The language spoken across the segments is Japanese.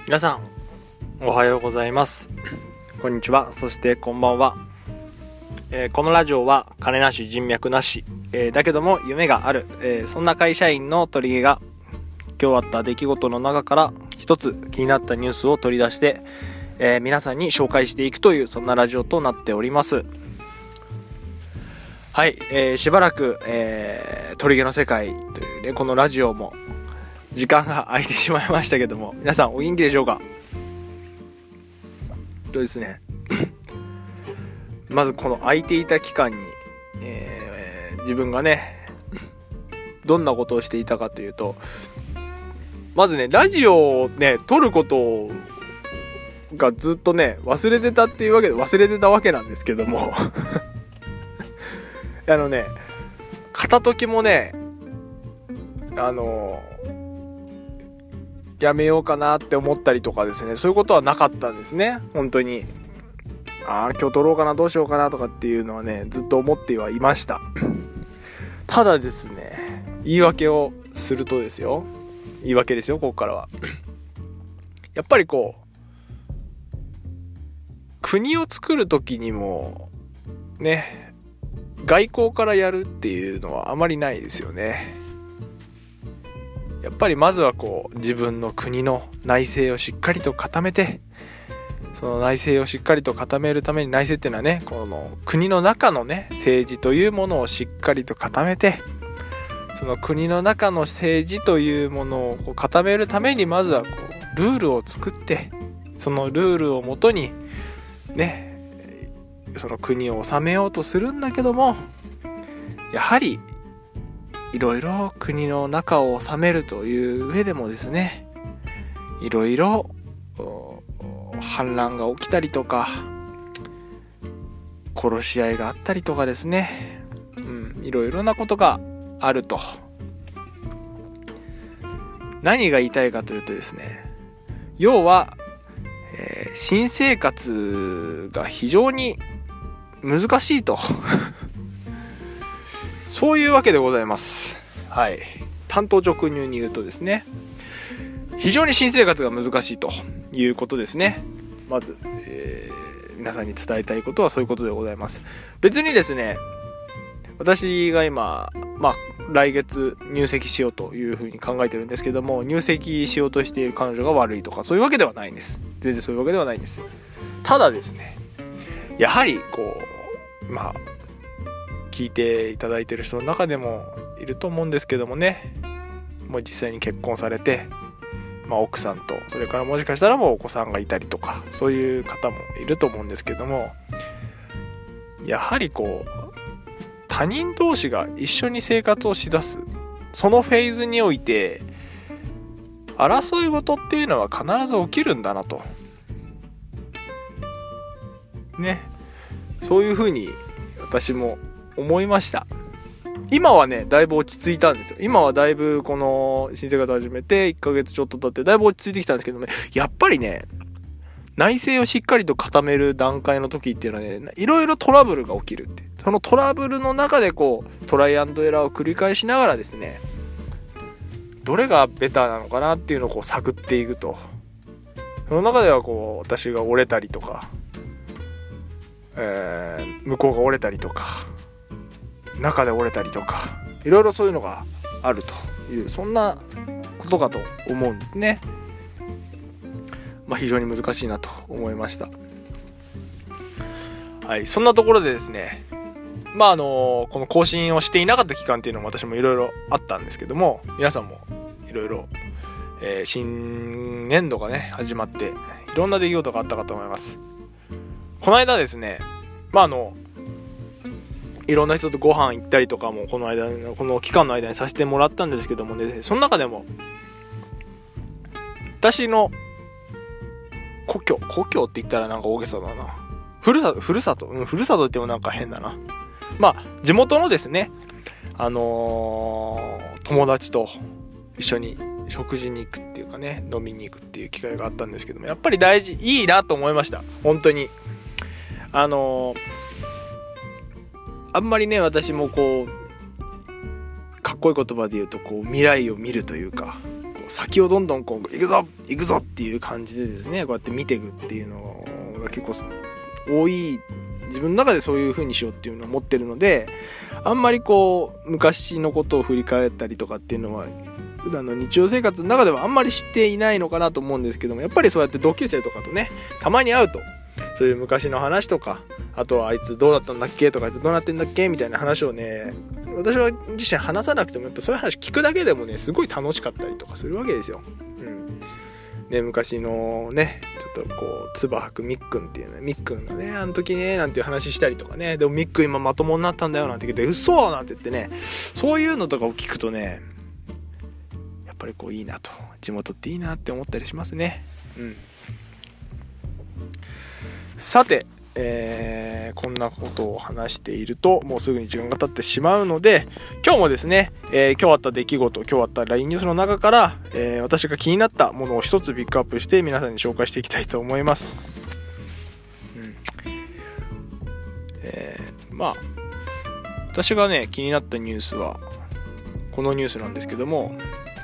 皆さんおはようございます。こんにちは。そしてこんばんは。このラジオは金なし人脈なし、だけども夢がある、そんな会社員の鳥毛が今日あった出来事の中から一つ気になったニュースを取り出して、皆さんに紹介していくというそんなラジオとなっております。はい、しばらく、鳥毛の世界というねこのラジオも時間が空いてしまいましたけども、皆さんお元気でしょうか。とですねまずこの空いていた期間に、自分がねどんなことをしていたかというと、まずねラジオをね撮ることがずっとね忘れてたわけなんですけども片時もねやめようかなって思ったりとかですね、そういうことはなかったんですね。本当に今日撮ろうかなどうしようかなとかっていうのはねずっと思ってはいました。ただですね、言い訳をするとですよ、言い訳ですよここからはやっぱりこう国を作る時にもね外交からやるっていうのはあまりないですよね。やっぱりまずはこう自分の国の内政をしっかりと固めて、その内政をしっかりと固めるために、内政っていうのはねこの国の中のね政治というものをしっかりと固めて、その国の中の政治というものをこう固めるためにまずはこうルールを作って、そのルールをもとにねその国を治めようとするんだけども、やはりいろいろ国の中を治めるという上でもですね、いろいろ反乱が起きたりとか殺し合いがあったりとかですね、いろいろなことがあると。何が言いたいかというとですね、要は、新生活が非常に難しいとそういうわけでございます。はい、単刀直入に言うとですね、非常に新生活が難しいということですね。まず、皆さんに伝えたいことはそういうことでございます。別にですね、私が今来月入籍しようというふうに考えてるんですけども、入籍しようとしている彼女が悪いとかそういうわけではないんです。全然そういうわけではないんです。ただですね、やはりこう聞いていただいている人の中でもいると思うんですけどもね、もう実際に結婚されて、奥さんとそれからもしかしたらもうお子さんがいたりとか、そういう方もいると思うんですけども、やはりこう他人同士が一緒に生活をしだすそのフェーズにおいて争い事っていうのは必ず起きるんだなとね、そういうふうに私も思いました。今はねだいぶ落ち着いたんですよ。今はだいぶこの新生活始めて1ヶ月ちょっと経ってだいぶ落ち着いてきたんですけどね、やっぱりね内政をしっかりと固める段階の時っていうのはね、いろいろトラブルが起きるって、そのトラブルの中でこうトライアンドエラーを繰り返しながらですね、どれがベターなのかなっていうのをこう探っていくと。その中ではこう私が折れたりとか、向こうが折れたりとか中で折れたりとか、いろいろそういうのがあるという、そんなことかと思うんですね。非常に難しいなと思いました。はい、そんなところでですね、この更新をしていなかった期間っていうのも私もいろいろあったんですけども、皆さんもいろいろ新年度がね始まっていろんな出来事があったかと思います。この間ですね、いろんな人とご飯行ったりとかもこの期間の間にさせてもらったんですけどもね、その中でも私の故郷って言ったらなんか大げさだな、ふるさとって言ってもなんか変だな。地元のですね友達と一緒に食事に行くっていうかね、飲みに行くっていう機会があったんですけども、やっぱりいいなと思いました。本当にあんまりね私もこうかっこいい言葉で言うとこう未来を見るというか、 こう先をどんどんこう行くぞ行くぞっていう感じでですね、こうやって見ていくっていうのが結構多い、自分の中でそういう風にしようっていうのを持ってるので、あんまりこう昔のことを振り返ったりとかっていうのは普段の日常生活の中ではあんまりしていないのかなと思うんですけども、やっぱりそうやって同級生とかとねたまに会うと、そういう昔の話とか、あとはあいつどうだったんだっけとか、あいつどうなってんだっけみたいな話をね、私は自身話さなくてもやっぱそういう話聞くだけでもねすごい楽しかったりとかするわけですよ。ね、昔のねちょっとこう唾吐くみっくんっていうね、みっくんがねあの時ねなんていう話したりとかね、でもみっくん今まともになったんだよなんて言って嘘なんて言ってね、そういうのとかを聞くとねやっぱりこういいなと、地元っていいなって思ったりしますね。さて、こんなことを話しているともうすぐに時間が経ってしまうので、今日もですね、今日あった出来事、今日あった LINE ニュースの中から、私が気になったものを一つピックアップして皆さんに紹介していきたいと思います。まあ私がね気になったニュースはこのニュースなんですけども、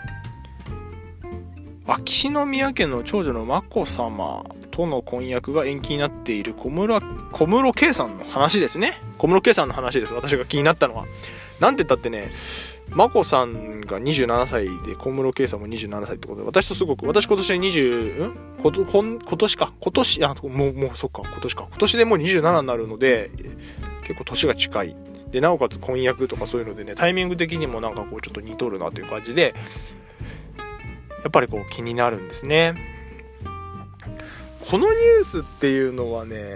秋篠宮家の長女の眞子さまとの婚約が延期になっている小室圭さんの話ですね。小室圭さんの話です。私が気になったのはなんて言ったってね、眞子さんが27歳で小室圭さんも27歳ってことで、私今年で今年でもう27になるので結構年が近いで、なおかつ婚約とかそういうのでね、タイミング的にもなんかこうちょっと似とるなという感じでやっぱりこう気になるんですね。このニュースっていうのはね、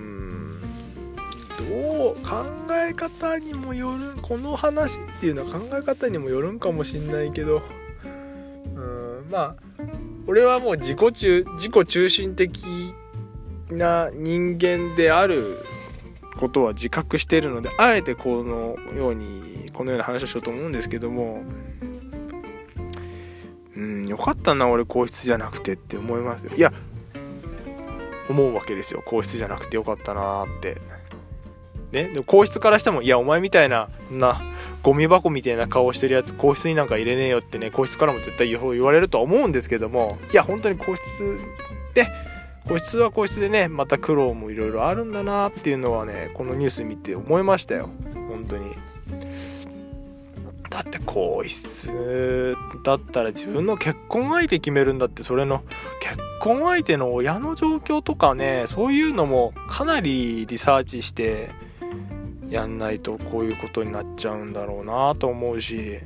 どう考え方にもよる、この話っていうのは考え方にもよるんかもしんないけど、まあ俺はもう自己中心的な人間であることは自覚しているので、あえてこのような話をしようと思うんですけども、よかったな俺皇室じゃなくてって思いますよ。いや思うわけですよ。皇室じゃなくてよかったなーってね。でも皇室からしても、いやお前みたいなゴミ箱みたいな顔してるやつ皇室になんか入れねえよってね、皇室からも絶対言われるとは思うんですけども、いや本当に皇室は皇室でね、また苦労もいろいろあるんだなっていうのはね、このニュース見て思いましたよ。本当に。だって皇室だったら自分の結婚相手決めるんだって、それの結婚相手の親の状況とかね、そういうのもかなりリサーチしてやんないとこういうことになっちゃうんだろうなと思うし、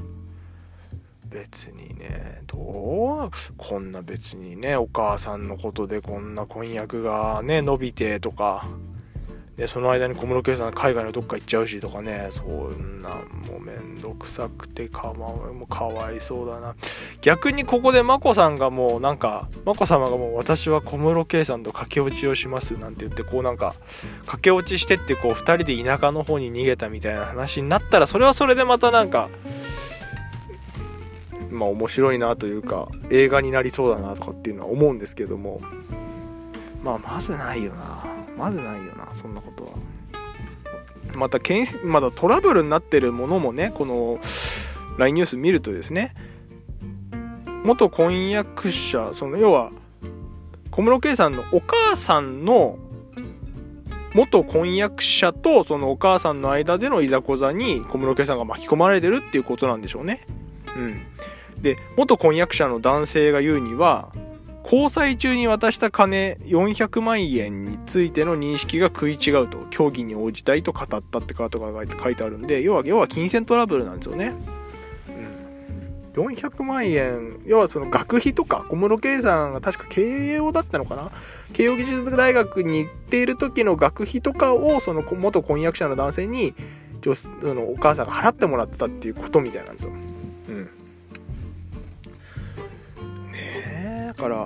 別にねこんな別にねお母さんのことでこんな婚約がね伸びてとかで、その間に小室圭さん海外のどっか行っちゃうしとかね、そんなもうめんどくさくてもうかわいそうだな。逆にここで眞子さんがもうなんか眞子さまがもう私は小室圭さんと駆け落ちをしますなんて言ってこうなんか駆け落ちしてってこう2人で田舎の方に逃げたみたいな話になったら、それはそれでまたなんかまあ面白いなというか映画になりそうだなとかっていうのは思うんですけども、まずないよなそんなことは。またトラブルになってるものもね、この LINE ニュース見るとですね、元婚約者、要は小室圭さんのお母さんの元婚約者とそのお母さんの間でのいざこざに小室圭さんが巻き込まれてるっていうことなんでしょうね。で元婚約者の男性が言うには、交際中に渡した金400万円についての認識が食い違うと、協議に応じたいと語ったってことが書いてあるんで、要は金銭トラブルなんですよね。400万円、要はその学費とか、小室圭さんが確か慶応だったのかな、慶応義塾大学に行っている時の学費とかをその元婚約者の男性にそのお母さんが払ってもらってたっていうことみたいなんですよ。だから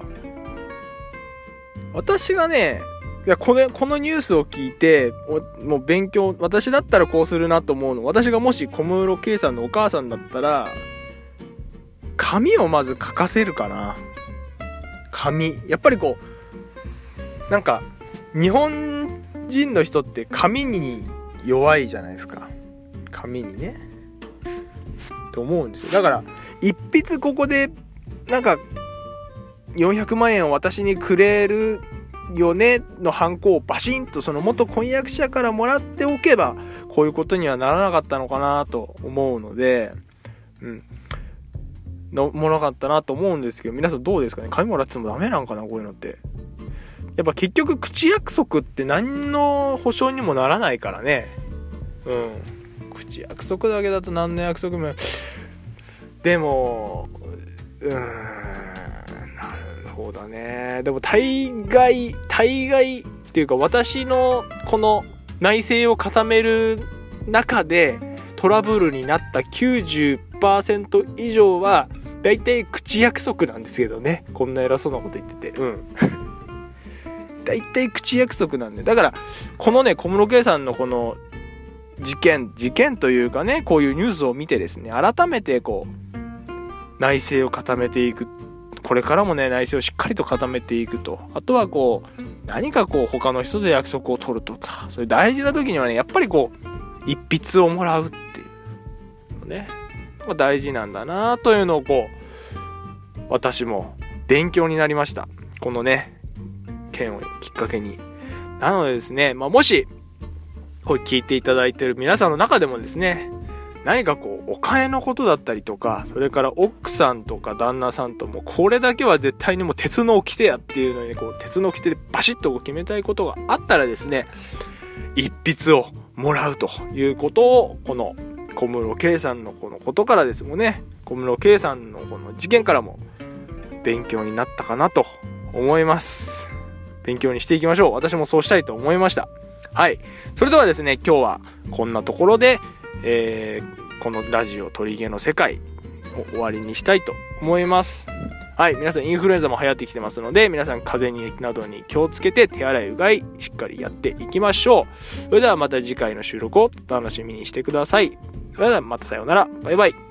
私がね、いやこのニュースを聞いてもう私だったらこうするなと思うの、私がもし小室圭さんのお母さんだったら紙をまず書かせるかな。やっぱりこうなんか日本人の人って紙に弱いじゃないですか。紙にねと思うんですよ。だから一筆ここでなんか400万円を私にくれるよねのハンコをバシンとその元婚約者からもらっておけばこういうことにはならなかったのかなと思うので、もなかったなと思うんですけど、皆さんどうですかね。紙もらってもダメなんかな、こういうのって。やっぱ結局口約束って何の保証にもならないからね。口約束だけだと何の約束もでもそうだね。でも大概っていうか、私のこの内政を固める中でトラブルになった 90% 以上はだいたい口約束なんですけどね。こんな偉そうなこと言ってて、だいたい口約束なんで、だからこのね、小室圭さんのこの事件というかね、こういうニュースを見てですね、改めてこう内政を固めていく。これからもね、内政をしっかりと固めていくと。あとはこう何かこう他の人と約束を取るとか、そういう大事な時にはね、やっぱりこう一筆をもらうっていうのね、大事なんだなというのをこう私も勉強になりました。このね件をきっかけに。なのでですね、もしこう聞いていただいている皆さんの中でもですね、何かこうお金のことだったりとか、それから奥さんとか旦那さんともこれだけは絶対にもう鉄の掟やっていうのにこう鉄の掟でバシッとこう決めたいことがあったらですね、一筆をもらうということを、この小室圭さんのこのことからですもんね、小室圭さんのこの事件からも勉強になったかなと思います。勉強にしていきましょう。私もそうしたいと思いました。はい。それではですね、今日はこんなところでこのラジオ取り毛の世界を終わりにしたいと思います。はい、皆さんインフルエンザも流行ってきてますので、皆さん風邪などに気をつけて手洗いうがいしっかりやっていきましょう。それではまた次回の収録を楽しみにしてください。それではまたさようなら。バイバイ。